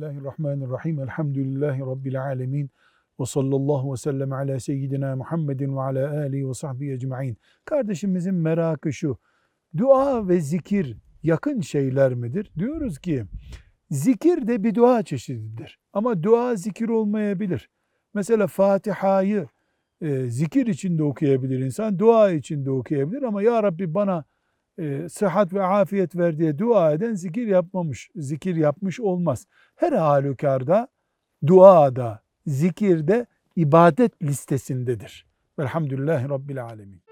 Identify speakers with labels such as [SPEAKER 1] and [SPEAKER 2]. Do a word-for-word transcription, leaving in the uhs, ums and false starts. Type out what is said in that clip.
[SPEAKER 1] Bismillahirrahmanirrahim. Elhamdülillahi Rabbil alemin. Ve sallallahu ve sellem ala seyyidina Muhammedin ve ala alihi ve sahbihi ecma'in. Kardeşimizin merakı şu: dua ve zikir yakın şeyler midir? Diyoruz ki zikir de bir dua çeşididir. Ama dua zikir olmayabilir. Mesela Fatiha'yı e, zikir içinde okuyabilir insan, dua içinde okuyabilir ama Ya Rabbi bana e, sıhhat ve afiyet ver diye dua eden zikir yapmamış, zikir yapmış olmaz. Her halükarda duada, zikirde ibadet listesindedir. Velhamdülillahi Rabbil alemin.